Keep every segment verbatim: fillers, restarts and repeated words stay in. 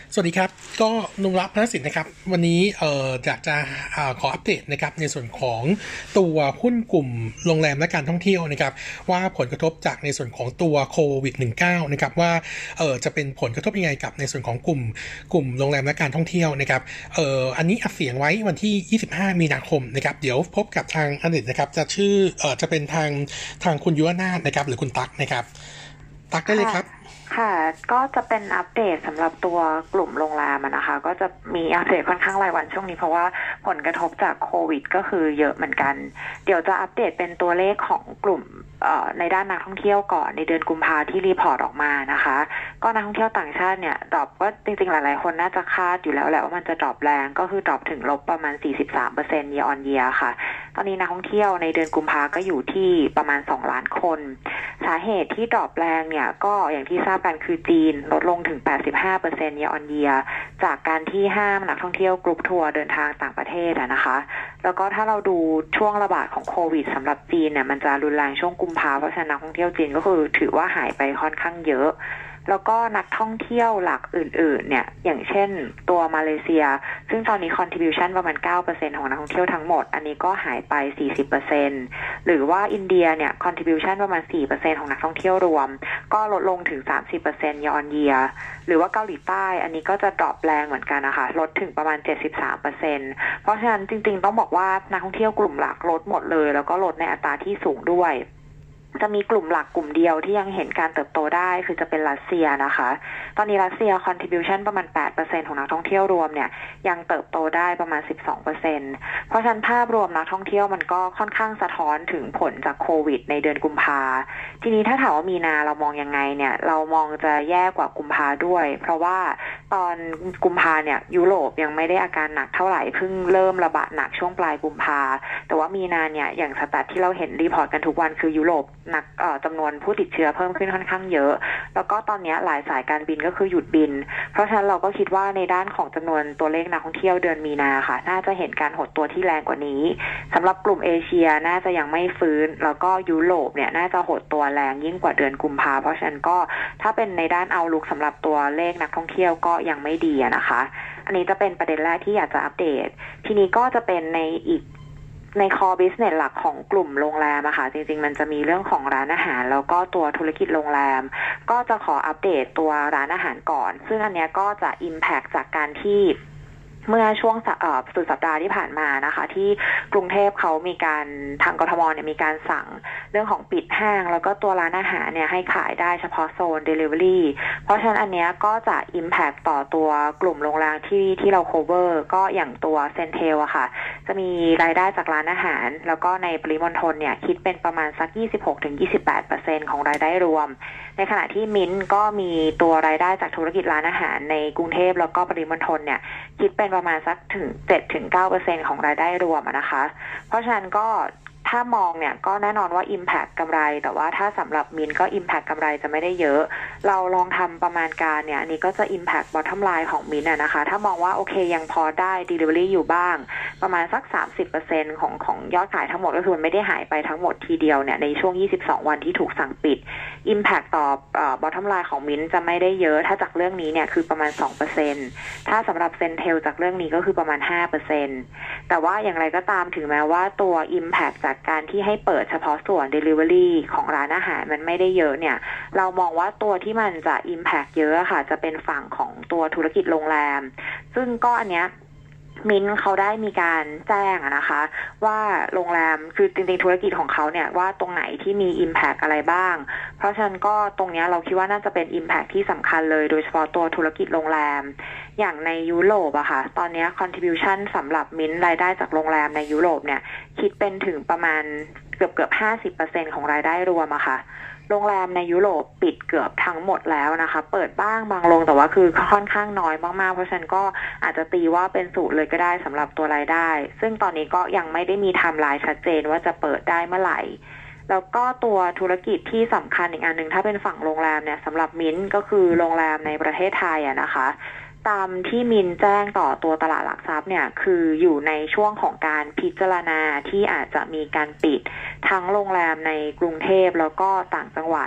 สวัสดีครับก็นุงรักพนสินนะครับวันนี้เอ่ออยากจะอ่าขออัปเดตนะครับในส่วนของตัวหุ้นกลุ่มโรงแรมและการท่องเที่ยวนะครับว่าผลกระทบจากในส่วนของตัวโควิด สิบเก้า นะครับว่าเอ่อจะเป็นผลกระทบยังไงกับในส่วนของกลุ่มกลุ่มโรงแรมและการท่องเที่ยวนะครับเอ่ออันนี้อัดเสียงไว้วันที่ยี่สิบห้ามีนาคมนะครับเดี๋ยวพบกับทางอันเดตนะครับจะชื่อเอ่อจะเป็นทางทางคุณยุวนาถนะครับหรือคุณตั๊กนะครับตั๊กได้เลยครับค่ะก็จะเป็นอัปเดตสำหรับตัวกลุ่มโรงแรมนะคะก็จะมีอัปเดตค่อนข้างรายวันช่วงนี้เพราะว่าผลกระทบจากโควิดก็คือเยอะเหมือนกันเดี๋ยวจะอัปเดตเป็นตัวเลขของกลุ่มในด้านนักท่องเที่ยวก่อนในเดือนกุมภาที่รีพอร์ตออกมานะคะก็นักท่องเที่ยวต่างชาติเนี่ยดรอปก็จริงๆหลายๆคนน่าจะคาดอยู่แล้วแหละว่ามันจะดรอปแรงก็คือดรอปถึงลบประมาณ สี่สิบสามเปอร์เซ็นต์ year on year ค่ะตอนนี้นักท่องเที่ยวในเดือนกุมภาก็อยู่ที่ประมาณสองล้านคนสาเหตุที่ดรอปแรงเนี่ยก็อย่างที่ทราบกันคือจีนลดลงถึง แปดสิบห้าเปอร์เซ็นต์ year on year จากการที่ห้ามนักท่องเที่ยวกรุ๊ปทัวร์เดินทางต่างประเทศนะคะแล้วก็ถ้าเราดูช่วงระบาดของโควิดสำหรับจีนเนี่ยมันจะรุนแรงช่วงกุมภาเพราะฉะนั้นนักท่องเที่ยวจีนก็คือถือว่าหายไปค่อนข้างเยอะแล้วก็นักท่องเที่ยวหลักอื่นๆเนี่ยอย่างเช่นตัวมาเลเซียซึ่งตอนนี้ contribution ประมาณ เก้าเปอร์เซ็นต์ ของนักท่องเที่ยวทั้งหมดอันนี้ก็หายไป สี่สิบเปอร์เซ็นต์ หรือว่าอินเดียเนี่ย contribution ประมาณ สี่เปอร์เซ็นต์ ของนักท่องเที่ยวรวมก็ลดลงถึง สามสิบเปอร์เซ็นต์ year on year หรือว่าเกาหลีใต้อันนี้ก็จะดรอปแรงเหมือนกันนะคะลดถึงประมาณ เจ็ดสิบสามเปอร์เซ็นต์ เพราะฉะนั้นจริงๆต้องบอกว่านักท่องเที่ยวกลุ่มหลักลดหมดเลยแล้วก็ลดในอัตราที่สูงด้วยจะมีกลุ่มหลักกลุ่มเดียวที่ยังเห็นการเติบโตได้คือจะเป็นรัสเซียนะคะตอนนี้รัสเซีย contribution ประมาณ แปดเปอร์เซ็นต์ ของนักท่องเที่ยวรวมเนี่ยยังเติบโตได้ประมาณ สิบสองเปอร์เซ็นต์ เพราะฉะนั้นภาพรวมนักท่องเที่ยวมันก็ค่อนข้างสะท้อนถึงผลจากโควิดในเดือนกุมภาทีนี้ถ้าถามว่ามีนาเรามองยังไงเนี่ยเรามองจะแย่กว่ากุมภาด้วยเพราะว่าตอนกุมภาเนี่ยยุโรปยังไม่ได้อาการหนักเท่าไหร่เพิ่งเริ่มระบาดหนักช่วงปลายกุมภาแต่ว่ามีนาเนี่ยอย่างสแตทที่เราเห็นรีพอร์ตกันทุกวันคือยุโรปหนักเอ่อจำนวนผู้ติดเชื้อเพิ่มขึ้นค่อนข้างเยอะแล้วก็ตอนนี้หลายสายการบินก็คือหยุดบินเพราะฉะนั้นเราก็คิดว่าในด้านของจำนวนตัวเลขนักท่องเที่ยวเดือนมีนาค่ะน่าจะเห็นการหดตัวที่แรงกว่านี้สำหรับกลุ่มเอเชียน่าจะยังไม่ฟื้นแล้วก็ยุโรปเนี่ยน่าจะหดตัวแรงยิ่งกว่าเดือนกุมภาเพราะฉะนั้นก็ถ้าเป็นในด้านเอาลุกสำหรับตัวเลขนักท่องเที่ยวก็ยังไม่ดีนะคะอันนี้จะเป็นประเด็นแรกที่อยากจะอัปเดตทีนี้ก็จะเป็นในอีกใน core business หลักของกลุ่มโรงแรมอะค่ะจริงๆมันจะมีเรื่องของร้านอาหารแล้วก็ตัวธุรกิจโรงแรมก็จะขออัปเดตตัวร้านอาหารก่อนซึ่งอันเนี้ยก็จะ impact จากการที่เมื่อช่วงสุดสัปดาห์ที่ผ่านมานะคะที่กรุงเทพเขามีการทางกทมเนี่ยมีการสั่งเรื่องของปิดห้างแล้วก็ตัวร้านอาหารเนี่ยให้ขายได้เฉพาะโซน delivery เพราะฉะนั้นอันเนี้ยก็จะ impact ต่อตัวกลุ่มโรงแรมที่ที่เรา cover ก็อย่างตัวเซนเทลอะค่ะจะมีรายได้จากร้านอาหารแล้วก็ในปริมณฑลเนี่ยคิดเป็นประมาณสัก ยี่สิบหกถึงยี่สิบแปดเปอร์เซ็นต์ ของรายได้รวมในขณะที่มิ้นก็มีตัวรายได้จากธุรกิจร้านอาหารในกรุงเทพแล้วก็ปริมณฑลเนี่ยคิดเป็นประมาณสักถึง เจ็ดถึงเก้าเปอร์เซ็นต์ ของรายได้รวมนะคะเพราะฉะนั้นก็ถ้ามองเนี่ยก็แน่นอนว่า impact กำไรแต่ว่าถ้าสำหรับมินก็ impact กำไรจะไม่ได้เยอะเราลองทำประมาณการเนี่ยอันนี้ก็จะ impact bottom line ของมินอะนะคะถ้ามองว่าโอเคยังพอได้ delivery อยู่บ้างประมาณสัก สามสิบเปอร์เซ็นต์ ของของยอดขายทั้งหมดก็คือมันไม่ได้หายไปทั้งหมดทีเดียวเนี่ยในช่วงยี่สิบสองวันที่ถูกสั่งปิด impact ต่อเอ่อ bottom line ของมินจะไม่ได้เยอะถ้าจากเรื่องนี้เนี่ยคือประมาณ สองเปอร์เซ็นต์ ถ้าสำหรับเซนเทลจากเรื่องนี้ก็คือประมาณ ห้าเปอร์เซ็นต์ แต่ว่าอย่างไรก็ตามถึงแม้ว่าตัว impact จากการที่ให้เปิดเฉพาะส่วน delivery ของร้านอาหารมันไม่ได้เยอะเนี่ยเรามองว่าตัวที่มันจะ impact เยอะค่ะจะเป็นฝั่งของตัวธุรกิจโรงแรมซึ่งก็อันเนี้ยมินเขาได้มีการแจ้งนะคะว่าโรงแรมคือจริงๆธุรกิจของเขาเนี่ยว่าตรงไหนที่มี impact อะไรบ้างเพราะฉะนั้นก็ตรงนี้เราคิดว่าน่าจะเป็น impact ที่สำคัญเลยโดยเฉพาะตัวธุรกิจโรงแรมอย่างในยุโรปอะค่ะตอนนี้ contribution สำหรับมินรายได้จากโรงแรมในยุโรปเนี่ยคิดเป็นถึงประมาณเกือบเกือบ ห้าสิบเปอร์เซ็นต์ ของรายได้รวมอะค่ะโรงแรมในยุโรปปิดเกือบทั้งหมดแล้วนะคะเปิดบ้างบางโรงแต่ว่าคือค่อนข้างน้อยมากๆเพราะฉะนั้นก็อาจจะตีว่าเป็นศูนย์เลยก็ได้สำหรับตัวรายได้ซึ่งตอนนี้ก็ยังไม่ได้มีไทม์ไลน์ชัดเจนว่าจะเปิดได้เมื่อไหร่แล้วก็ตัวธุรกิจที่สำคัญอีกอันนึงถ้าเป็นฝั่งโรงแรมเนี่ยสำหรับมิ้นก็คือโรงแรมในประเทศไทยอะนะคะตามที่มินแจ้งต่อตัวตลาดหลักทรัพย์เนี่ยคืออยู่ในช่วงของการพิจารณาที่อาจจะมีการปิดทั้งโรงแรมในกรุงเทพแล้วก็ต่างจังหวัด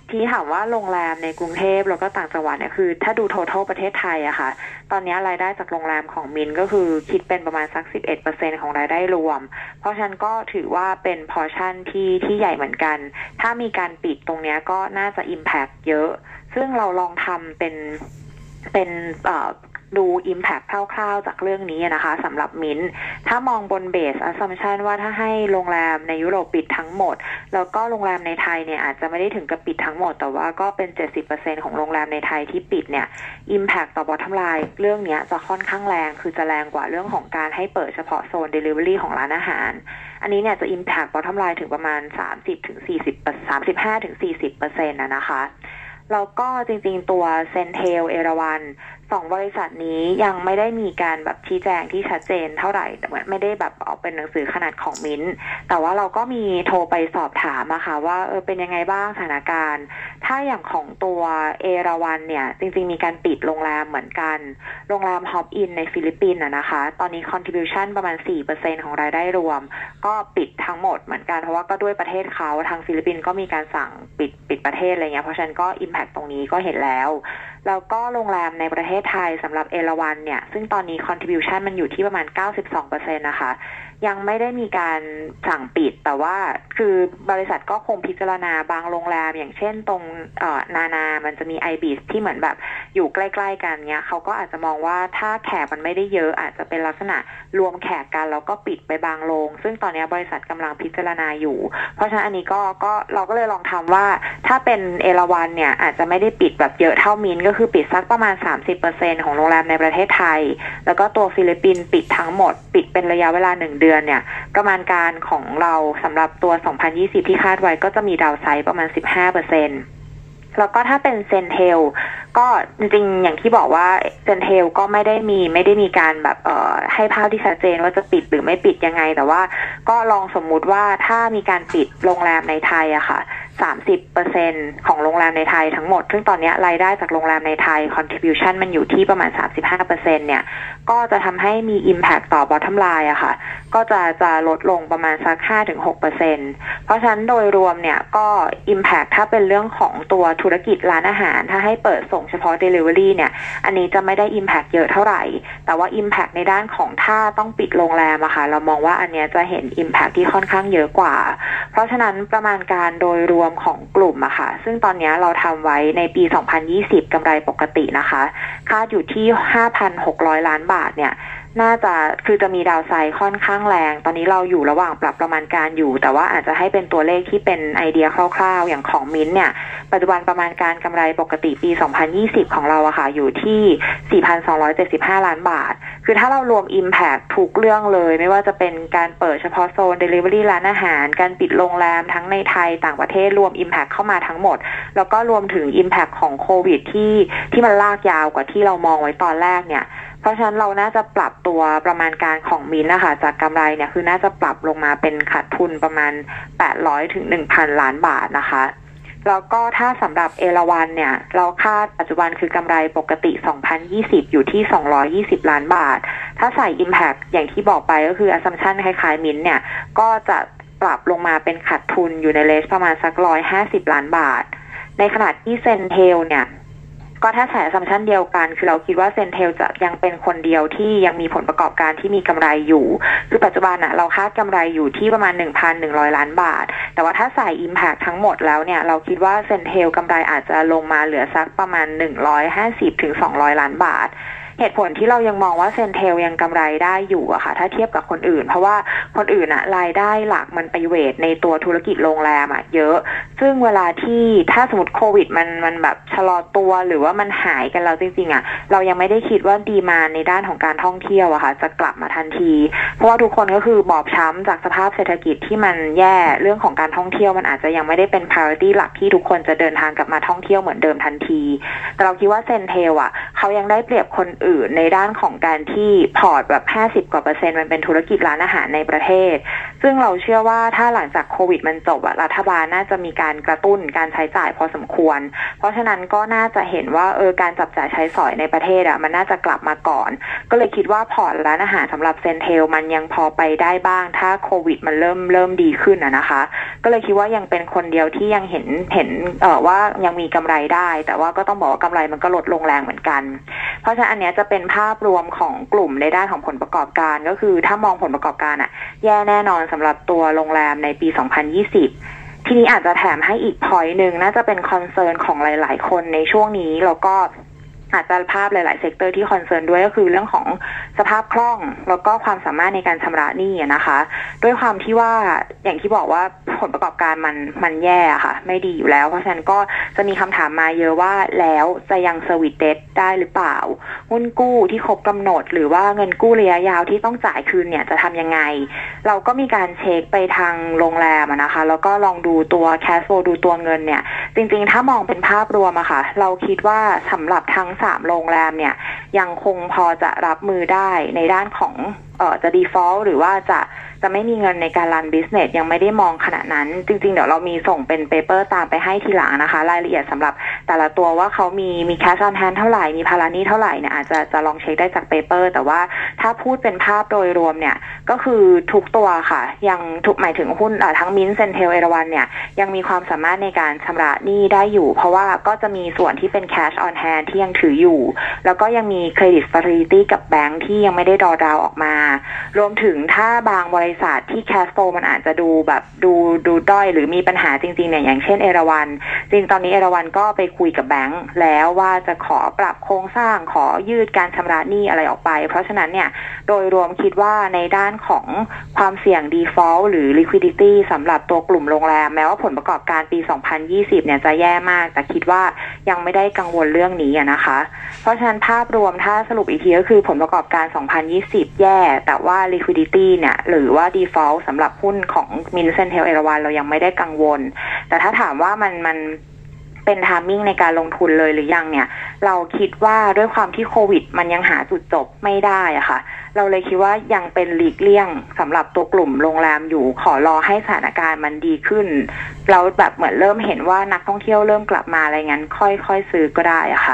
ทีนี้ถามว่าโรงแรมในกรุงเทพแล้วก็ต่างจังหวัดเนี่ยคือถ้าดู total ประเทศไทยอะค่ะตอนนี้รายได้จากโรงแรมของมินก็คือคิดเป็นประมาณสัก สิบเอ็ดเปอร์เซ็นต์ ของรายได้รวมเพราะฉะนั้นก็ถือว่าเป็น portion ที่ที่ใหญ่เหมือนกันถ้ามีการปิดตรงนี้ก็น่าจะ impact เยอะซึ่งเราลองทำเป็นเป็นเอ่อดู impact คร่าวๆจากเรื่องนี้นะคะสำหรับมิ้นถ้ามองบน base assumption ว่าถ้าให้โรงแรมในยุโรปปิดทั้งหมดแล้วก็โรงแรมในไทยเนี่ยอาจจะไม่ได้ถึงกับปิดทั้งหมดแต่ว่าก็เป็น เจ็ดสิบเปอร์เซ็นต์ ของโรงแรมในไทยที่ปิดเนี่ย impact ต่อ bottom line เรื่องนี้จะค่อนข้างแรงคือจะแรงกว่าเรื่องของการให้เปิดเฉพาะโซน delivery ของร้านอาหารอันนี้เนี่ยจะ impact bottom line ถึงประมาณ สามสิบถึงสี่สิบ สามสิบห้าถึงสี่สิบเปอร์เซ็นต์ นะนะคะแล้วก็จริงๆตัวเซนเทลเอราวันสองบริษัทนี้ยังไม่ได้มีการแบบชี้แจงที่ชัดเจนเท่าไหร่แต่ไม่ได้แบบออกเป็นหนังสือขนาดของมิ้นแต่ว่าเราก็มีโทรไปสอบถามอะค่ะว่าเออเป็นยังไงบ้างสถานการณ์ถ้าอย่างของตัวเอราวันเนี่ยจริงๆมีการปิดโรงแรมเหมือนกันโรงแรมฮอปอินในฟิลิปปินส์อะนะคะตอนนี้ contribution ประมาณ สี่เปอร์เซ็นต์ ของรายได้รวมก็ปิดทั้งหมดเหมือนกันเพราะว่าก็ด้วยประเทศเขาทางฟิลิปปินส์ก็มีการสั่งปิดปิดประเทศอะไรเงี้ยเพราะฉะนั้นก็ impact ตรงนี้ก็เห็นแล้วแล้วก็โรงแรมในประเทศไทยสำหรับเอราวันเนี่ยซึ่งตอนนี้ contribution มันอยู่ที่ประมาณ เก้าสิบสองเปอร์เซ็นต์ นะคะยังไม่ได้มีการสั่งปิดแต่ว่าคือบริษัทก็คงพิจารณาบางโรงแรมอย่างเช่นตรงเอ่อนานามันจะมี ไอ บี เอส ที่เหมือนแบบอยู่ใกล้ๆกันเนี้ยเขาก็อาจจะมองว่าถ้าแขกมันไม่ได้เยอะอาจจะเป็นลักษณะรวมแขกกันแล้วก็ปิดไปบางโรงซึ่งตอนนี้บริษัทกำลังพิจารณาอยู่เพราะฉะนั้นอันนี้ก็ก็เราก็เลยลองทำว่าถ้าเป็นเอราวันเนี่ยอาจจะไม่ได้ปิดแบบเยอะเท่ามินก็คือปิดสักประมาณ สามสิบเปอร์เซ็นต์ ของโรงแรมในประเทศไทยแล้วก็ตัวฟิลิปปินส์ปิดทั้งหมดปิดเป็นระยะเวลาหนึ่งเดือนเนี่ยประมาณการของเราสำหรับตัวสองพันยี่สิบที่คาดไว้ก็จะมีดาวไซด์ประมาณ สิบห้าเปอร์เซ็นต์ แล้วก็ถ้าเป็นเซนเทลก็จริงๆอย่างที่บอกว่าเซนเทลก็ไม่ได้มีไม่ได้มีการแบบเอ่อให้ภาพที่ชัดเจนว่าจะปิดหรือไม่ปิดยังไงแต่ว่าก็ลองสมมุติว่าถ้ามีการปิดโรงแรมในไทยอะค่ะสามสิบเปอร์เซ็นต์ ของโรงแรมในไทยทั้งหมดซึ่งตอนนี้รายได้จากโรงแรมในไทย contribution มันอยู่ที่ประมาณ สามสิบห้าเปอร์เซ็นต์ เนี่ยก็จะทำให้มี impact ต่อ bottom line อะค่ะก็จะจะลดลงประมาณสัก ห้าถึงหกเปอร์เซ็นต์ เพราะฉะนั้นโดยรวมเนี่ยก็ impact ถ้าเป็นเรื่องของตัวธุรกิจร้านอาหารถ้าให้เปิดส่งเฉพาะ delivery เนี่ยอันนี้จะไม่ได้ impact เยอะเท่าไหร่แต่ว่า impact ในด้านของถ้าต้องปิดโรงแรมอะค่ะเรามองว่าอันเนี้ยจะเห็น impact ที่ค่อนข้างเยอะกว่าเพราะฉะนั้นประมาณการโดยรวมของกลุ่มอะค่ะซึ่งตอนนี้เราทำไว้ในปีสองพันยี่สิบกำไรปกตินะคะคาดอยู่ที่ ห้าพันหกร้อย ล้านบาทเนี่ยน่าจะคือจะมีดาวไซด์ค่อนข้างแรงตอนนี้เราอยู่ระหว่างปรับประมาณการอยู่แต่ว่าอาจจะให้เป็นตัวเลขที่เป็นไอเดียคร่าวๆอย่างของมิ้นเนี่ยปัจจุบันประมาณการกำไรปกติปีสองพันยี่สิบของเราอะค่ะอยู่ที่ สี่พันสองร้อยเจ็ดสิบห้า ล้านบาทคือถ้าเรารวม impact ทุกเรื่องเลยไม่ว่าจะเป็นการเปิดเฉพาะโซน delivery ร้านอาหารการปิดโรงแรมทั้งในไทยต่างประเทศรวม impact เข้ามาทั้งหมดแล้วก็รวมถึง impact ของโควิดที่ที่มันลากยาวกว่าที่เรามองไว้ตอนแรกเนี่ยเพราะฉะนั้นเราน่าจะปรับตัวประมาณการของมินนะคะจากกำไรเนี่ยคือน่าจะปรับลงมาเป็นขาดทุนประมาณแปดร้อยถึง หนึ่งพัน ล้านบาทนะคะแล้วก็ถ้าสำหรับเอราวันเนี่ยเราคาดปัจจุบันคือกำไรปกติสองพันยี่สิบอยู่ที่สองร้อยยี่สิบล้านบาทถ้าใส่ impact อย่างที่บอกไปก็คือ assumption คล้ายๆมินเนี่ยก็จะปรับลงมาเป็นขาดทุนอยู่ในเลนประมาณสักหนึ่งร้อยห้าสิบล้านบาทในขณะที่เซนเทลเนี่ยก็ถ้าใช้ซัมชันเดียวกันคือเราคิดว่าเซนเทลจะยังเป็นคนเดียวที่ยังมีผลประกอบการที่มีกำไรอยู่คือปัจจุบันอะเราคาดกำไรอยู่ที่ประมาณ หนึ่งพันหนึ่งร้อย ล้านบาทแต่ว่าถ้าใส่ Impact ทั้งหมดแล้วเนี่ยเราคิดว่าเซนเทลกำไรอาจจะลงมาเหลือสักประมาณหนึ่งร้อยห้าสิบถึงสองร้อยล้านบาทเหตุผลที่เรายังมองว่าเซนเทลยังกำไรได้อยู่อะค่ะถ้าเทียบกับคนอื่นเพราะว่าคนอื่นอะรายได้หลักมันไปเวทในตัวธุรกิจโรงแรมอะเยอะซึ่งเวลาที่ถ้าสมมติโควิดมันมันแบบชะลอตัวหรือว่ามันหายกันแล้วจริงๆอะเรายังไม่ได้คิดว่าดีมานด์ในด้านของการท่องเที่ยวอะค่ะจะกลับมาทันทีเพราะว่าทุกคนก็คือบอบช้ำจากสภาพเศรษฐกิจที่มันแย่เรื่องของการท่องเที่ยวมันอาจจะยังไม่ได้เป็น priority หลักที่ทุกคนจะเดินทางกลับมาท่องเที่ยวเหมือนเดิมทันทีแต่เราคิดว่าเซนเทลอะเขายังได้เปรียบคนอื่นในด้านของการที่พอร์ตแบบห้าสิบกว่าเปอร์เซ็นต์มันเป็นธุรกิจร้านอาหารในประเทศซึ่งเราเชื่อว่าถ้าหลังจากโควิดมันจบอะรัฐบาลน่าจะมีการกระตุ้นการใช้จ่ายพอสมควรเพราะฉะนั้นก็น่าจะเห็นว่าเออการจับจ่ายใช้สอยในประเทศอะมันน่าจะกลับมาก่อนก็เลยคิดว่าพอร์ตร้านอาหารสำหรับเซนเทลมันยังพอไปได้บ้างถ้าโควิดมันเริ่มเริ่มดีขึ้นอะนะคะก็เลยคิดว่ายังเป็นคนเดียวที่ยังเห็นเห็นเอ่อว่ายังมีกำไรได้แต่ว่าก็ต้องบอกว่ากำไรมันก็ลดลงแรงเหมือนกันเพราะฉะนั้นอันนี้จะเป็นภาพรวมของกลุ่มในด้านของผลประกอบการก็คือถ้ามองผลประกอบการอะแย่แน่นอนสำหรับตัวโรงแรมในปีสองพันยี่สิบทีนี้อาจจะแถมให้อีกพอยต์นึงน่าจะเป็นคอนเซิร์นของหลายๆคนในช่วงนี้แล้วก็อาจจะภาพหลายๆเซกเตอร์ที่คอนเซิร์นด้วยก็คือเรื่องของสภาพคล่องแล้วก็ความสามารถในการชำระหนี้นะคะด้วยความที่ว่าอย่างที่บอกว่าผลประกอบการมันมันแย่ค่ะไม่ดีอยู่แล้วเพราะฉะนั้นก็จะมีคำถามมาเยอะว่าแล้วจะยังเซอร์วิสเดทได้หรือเปล่าหุ้นกู้ที่ครบกำหนดหรือว่าเงินกู้ระยะยาวที่ต้องจ่ายคืนเนี่ยจะทำยังไงเราก็มีการเช็คไปทางโรงแรมนะคะแล้วก็ลองดูตัว cash flow ดูตัวเงินเนี่ยจริงๆถ้ามองเป็นภาพรวมอะค่ะเราคิดว่าสำหรับทั้งสามโรงแรมเนี่ยยังคงพอจะรับมือได้ในด้านของเอ่อจะ default หรือว่าจะจะไม่มีเงินในการรัน business ยังไม่ได้มองขนาดนั้นจริงๆเดี๋ยวเรามีส่งเป็นเปเปอร์ตามไปให้ทีหลังนะคะรายละเอียดสำหรับแต่ละตัวว่าเขามีมี cash on hand เท่าไหร่มีภาระหนี้เท่าไหร่เนี่ยอาจจะจะลองเช็คได้จากเปเปอร์แต่ว่าถ้าพูดเป็นภาพโดยรวมเนี่ยก็คือทุกตัวค่ะยังทุกหมายถึงหุ้นทั้งมิ้นท์เซนเทลเอราวัณเนี่ยยังมีความสามารถในการชำระหนี้ได้อยู่เพราะว่าก็จะมีส่วนที่เป็น cash on hand ที่ยังถืออยู่แล้วก็ยังมี credit facility กับแบงค์ที่ยังไม่ได้ดอดาวออกมารวมถึงถ้าบางบริษัทที่ cash flow มันอาจจะดูแบบดูดูด้อยหรือมีปัญหาจริงๆเนี่ยอย่างเช่นเอราวัณจริงตอนนี้เอราวัณก็ไปคุยกับแบงค์แล้วว่าจะขอปรับโครงสร้างขอยืดการชำระหนี้อะไรออกไปเพราะฉะนั้นเนี่ยโดยรวมคิดว่าในด้านของความเสี่ยง default หรือ liquidity สำหรับตัวกลุ่มโรงแรมแม้ว่าผลประกอบการปีสองพันยี่สิบเนี่ยจะแย่มากแต่คิดว่ายังไม่ได้กังวลเรื่องนี้นะคะเพราะฉะนั้นภาพรวมถ้าสรุปอีกทีก็คือผลประกอบการสองพันยี่สิบแย่แต่ว่า liquidity เนี่ยหรือว่า default สำหรับหุ้นของ Mint Centel เอราวัณเรายังไม่ได้กังวลแต่ถ้าถามว่ามันมันเป็น timing ในการลงทุนเลยหรือยังเนี่ยเราคิดว่าด้วยความที่โควิดมันยังหาจุดจบไม่ได้อะค่ะเราเลยคิดว่ายังเป็นหลีกเลี่ยงสำหรับตัวกลุ่มโรงแรมอยู่ขอรอให้สถานการณ์มันดีขึ้นเราแบบเหมือนเริ่มเห็นว่านักท่องเที่ยวเริ่มกลับมาอะไรงั้นค่อยๆซื้อก็ได้อะค่ะ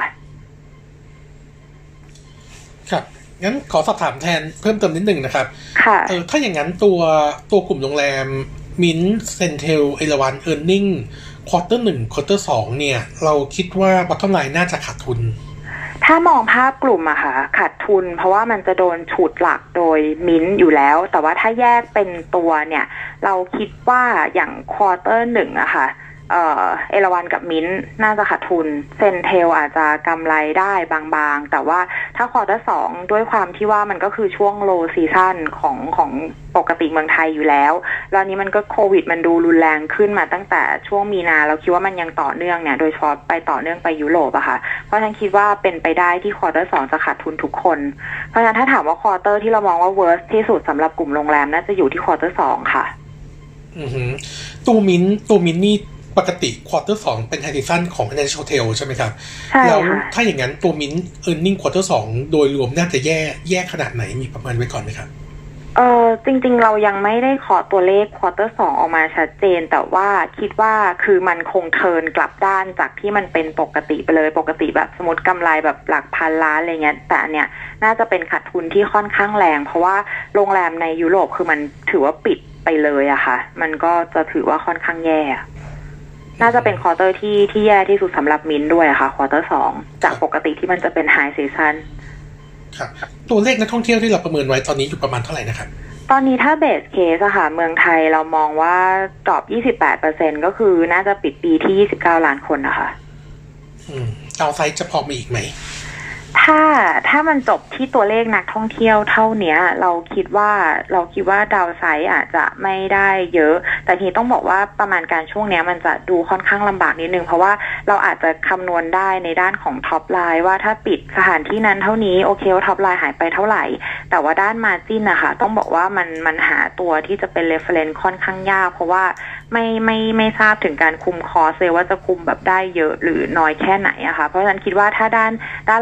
ครับงั้นขอสอบถามแทนเพิ่มเติมนิดนึงนะครับค่ะเออถ้าอย่างนั้นตัวตัวกลุ่มโรงแรมมิ้นท์เซนเทลเอราวัณเออร์เน็งควอเตอร์หนึ่งควอเตอร์สองเนี่ยเราคิดว่าบอททอมไลน์น่าจะขาดทุนถ้ามองภาพกลุ่มอะค่ะขาดทุนเพราะว่ามันจะโดนฉุดหลักโดยมิ้นท์อยู่แล้วแต่ว่าถ้าแยกเป็นตัวเนี่ยเราคิดว่าอย่างควอเตอร์หนึ่งอะค่ะเอ่อเอราวัณกับมิ้นท์น่าจะขาดทุนเซนเทลอาจจะกำไรได้บางๆแต่ว่าถ้าควอเตอร์สองด้วยความที่ว่ามันก็คือช่วงโลซีซั่นของของปกติเมืองไทยอยู่แล้วแล้วนี้มันก็โควิดมันดูรุนแรงขึ้นมาตั้งแต่ช่วงมีนาเราคิดว่ามันยังต่อเนื่องเนี่ยโดยเฉพาะไปต่อเนื่องไปยุโรปอะค่ะเพราะฉะนั้นคิดว่าเป็นไปได้ที่ควอเตอร์สองจะขาดทุนทุกคนเพราะฉะนั้นถ้าถามว่าควอเตอร์ที่เรามองว่า worst ที่สุดสำหรับกลุ่มโรงแรมน่าจะอยู่ที่ควอเตอร์สองค่ะอือฮึตัวมิ้นตัวมิ้นนี่ปกติควอเตอร์สองเป็นไฮซีซั่นของ Financial Hotel ใช่ไหมครับใช่แล้วถ้าอย่างนั้นตัวมิ้น earning ควอเตอร์สองโดยรวมน่าจะแย่แย่ขนาดไหนมีประมาณไว้ก่อนไหมครับเออจริงๆเรายังไม่ได้ขอตัวเลขควอเตอร์สองออกมาชัดเจนแต่ว่าคิดว่าคือมันคงเทิร์นกลับด้านจากที่มันเป็นปกติไปเลยปกติแบบสมมติกำไรแบบหลักพันล้านอะไรเงี้ยแต่อันเนี้ยน่าจะเป็นขาดทุนที่ค่อนข้างแรงเพราะว่าโรงแรมในยุโรปคือมันถือว่าปิดไปเลยอะค่ะมันก็จะถือว่าค่อนข้างแย่น่าจะเป็นควอเตอร์ที่ที่แย่ที่สุดสำหรับมิ้นด้วยค่ะควอเตอร์สองจากปกติที่มันจะเป็นไฮซีซั่นครับตัวเลขนักท่องเที่ยวที่เราประเมินไว้ตอนนี้อยู่ประมาณเท่าไหร่นะครับตอนนี้ถ้าเบสเคสอะค่ะเมืองไทยเรามองว่าดรอป ยี่สิบแปดเปอร์เซ็นต์ ก็คือน่าจะปิดปีที่ยี่สิบเก้าล้านคนนะคะอืมเอาไซส์จะพอมีอีกไหมถ้าถ้ามันจบที่ตัวเลขนักท่องเที่ยวเท่านี้เราคิดว่าเราคิดว่าดาวไซด์อาจจะไม่ได้เยอะแต่ทีต้องบอกว่าประมาณการช่วงนี้มันจะดูค่อนข้างลำบากนิดนึงเพราะว่าเราอาจจะคำนวณได้ในด้านของท็อปไลน์ว่าถ้าปิดสถานที่นั้นเท่านี้โอเคว่าท็อปไลน์หายไปเท่าไหร่แต่ว่าด้านมาร์จิ้นนะคะต้องบอกว่ามันมันหาตัวที่จะเป็นเรฟเฟอเรนซ์ค่อนข้างยากเพราะว่าไม่ไม่ไม่ทราบถึงการคุมคอสเลยว่าจะคุมแบบได้เยอะหรือน้อยแค่ไหนอะค่ะเพราะฉะนั้นคิดว่าถ้าด้านด้านรายได้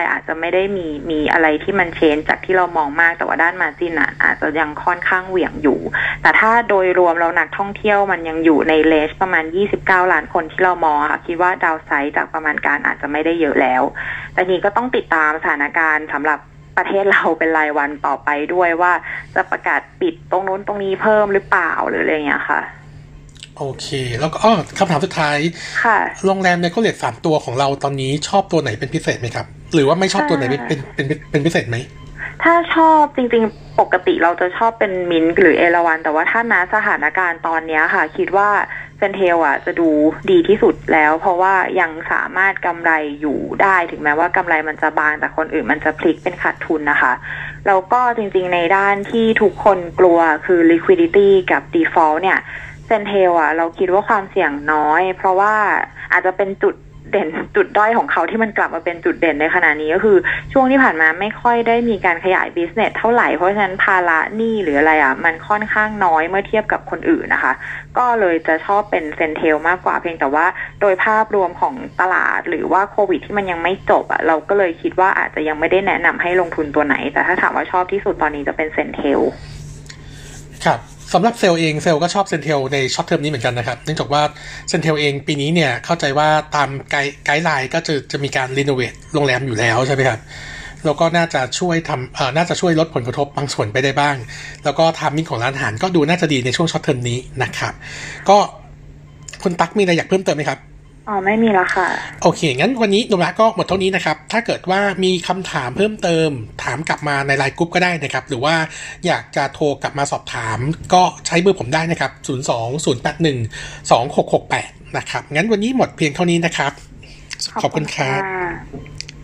อาจจะไม่ได้มีมีอะไรที่มันเชนจากที่เรามองมากแต่ว่าด้านมาร์จิ้นอ่ะอาจจะยังค่อนข้างเหวี่ยงอยู่แต่ถ้าโดยรวมเรานักท่องเที่ยวมันยังอยู่ในเลนจ์ประมาณยี่สิบเก้าล้านคนที่เรามองค่ะคิดว่าดาวไซด์จากประมาณการอาจจะไม่ได้เยอะแล้วแต่นี้ก็ต้องติดตามสถานการณ์สำหรับประเทศเราเป็นรายวันต่อไปด้วยว่าจะประกาศปิดตรงนู้นตรงนี้เพิ่มหรือเปล่าหรืออะไรอย่างเงี้ยค่ะโอเคแล้วก็อ้อคำถามสุดท้ายค่ะโรงแรมในโคเรียสามตัวของเราตอนนี้ชอบตัวไหนเป็นพิเศษไหมครับหรือว่าไม่ชอบตัวไหนเป็นเป็นเป็นเป็นพิเศษไหมถ้าชอบจริงๆปกติเราจะชอบเป็นมินท์หรือเอราวัณแต่ว่าถ้าณสถานการณ์ตอนนี้ค่ะคิดว่าเซนเทลอ่ะจะดูดีที่สุดแล้วเพราะว่ายังสามารถกำไรอยู่ได้ถึงแม้ว่ากำไรมันจะบางแต่คนอื่นมันจะพลิกเป็นขาดทุนนะคะแล้วก็จริงๆในด้านที่ทุกคนกลัวคือ liquidity กับ default เนี่ยเซนเทลอ่ะเราคิดว่าความเสี่ยงน้อยเพราะว่าอาจจะเป็นจุดเด่นจุดด้อยของเขาที่มันกลับมาเป็นจุดเด่นในขณะนี้ก็คือช่วงที่ผ่านมาไม่ค่อยได้มีการขยายบิสเนสเท่าไหร่เพราะฉะนั้นภาระหนี้หรืออะไรอ่ะมันค่อนข้างน้อยเมื่อเทียบกับคนอื่นนะคะก็เลยจะชอบเป็นเซนเทลมากกว่าเพียงแต่ว่าโดยภาพรวมของตลาดหรือว่าโควิดที่มันยังไม่จบอ่ะเราก็เลยคิดว่าอาจจะยังไม่ได้แนะนำให้ลงทุนตัวไหนแต่ถ้าถามว่าชอบที่สุดตอนนี้จะเป็นเซนเทลครับสำหรับเซลเองเซลก็ชอบเซนเทลในช็อตเทอมนี้เหมือนกันนะครับเนื่องจากว่าเซนเทลเองปีนี้เนี่ยเข้าใจว่าตามไกด์ไกด์ไลน์ก็จะจะมีการรีโนเวทโรงแรมอยู่แล้วใช่ไหมครับแล้วก็น่าจะช่วยทำเอ่อน่าจะช่วยลดผลกระทบบางส่วนไปได้บ้างแล้วก็ไทมิ่งของร้านอาหารก็ดูน่าจะดีในช่วงช็อตเทอมนี้นะครับก็คุณตั๊กมีอะไรอยากเพิ่มเติมไหมครับอ๋อไม่มีแล้วค่ะโอเคงั้นวันนี้นุระก็หมดเท่านี้นะครับถ้าเกิดว่ามีคำถามเพิ่มเติมถามกลับมาในไลน์กรุ๊ปก็ได้นะครับหรือว่าอยากจะโทรกลับมาสอบถามก็ใช้เบอร์ผมได้นะครับศูนย์ สอง ศูนย์ แปด หนึ่ง สอง หก หก แปดนะครับงั้นวันนี้หมดเพียงเท่านี้นะครับขอบคุณครับ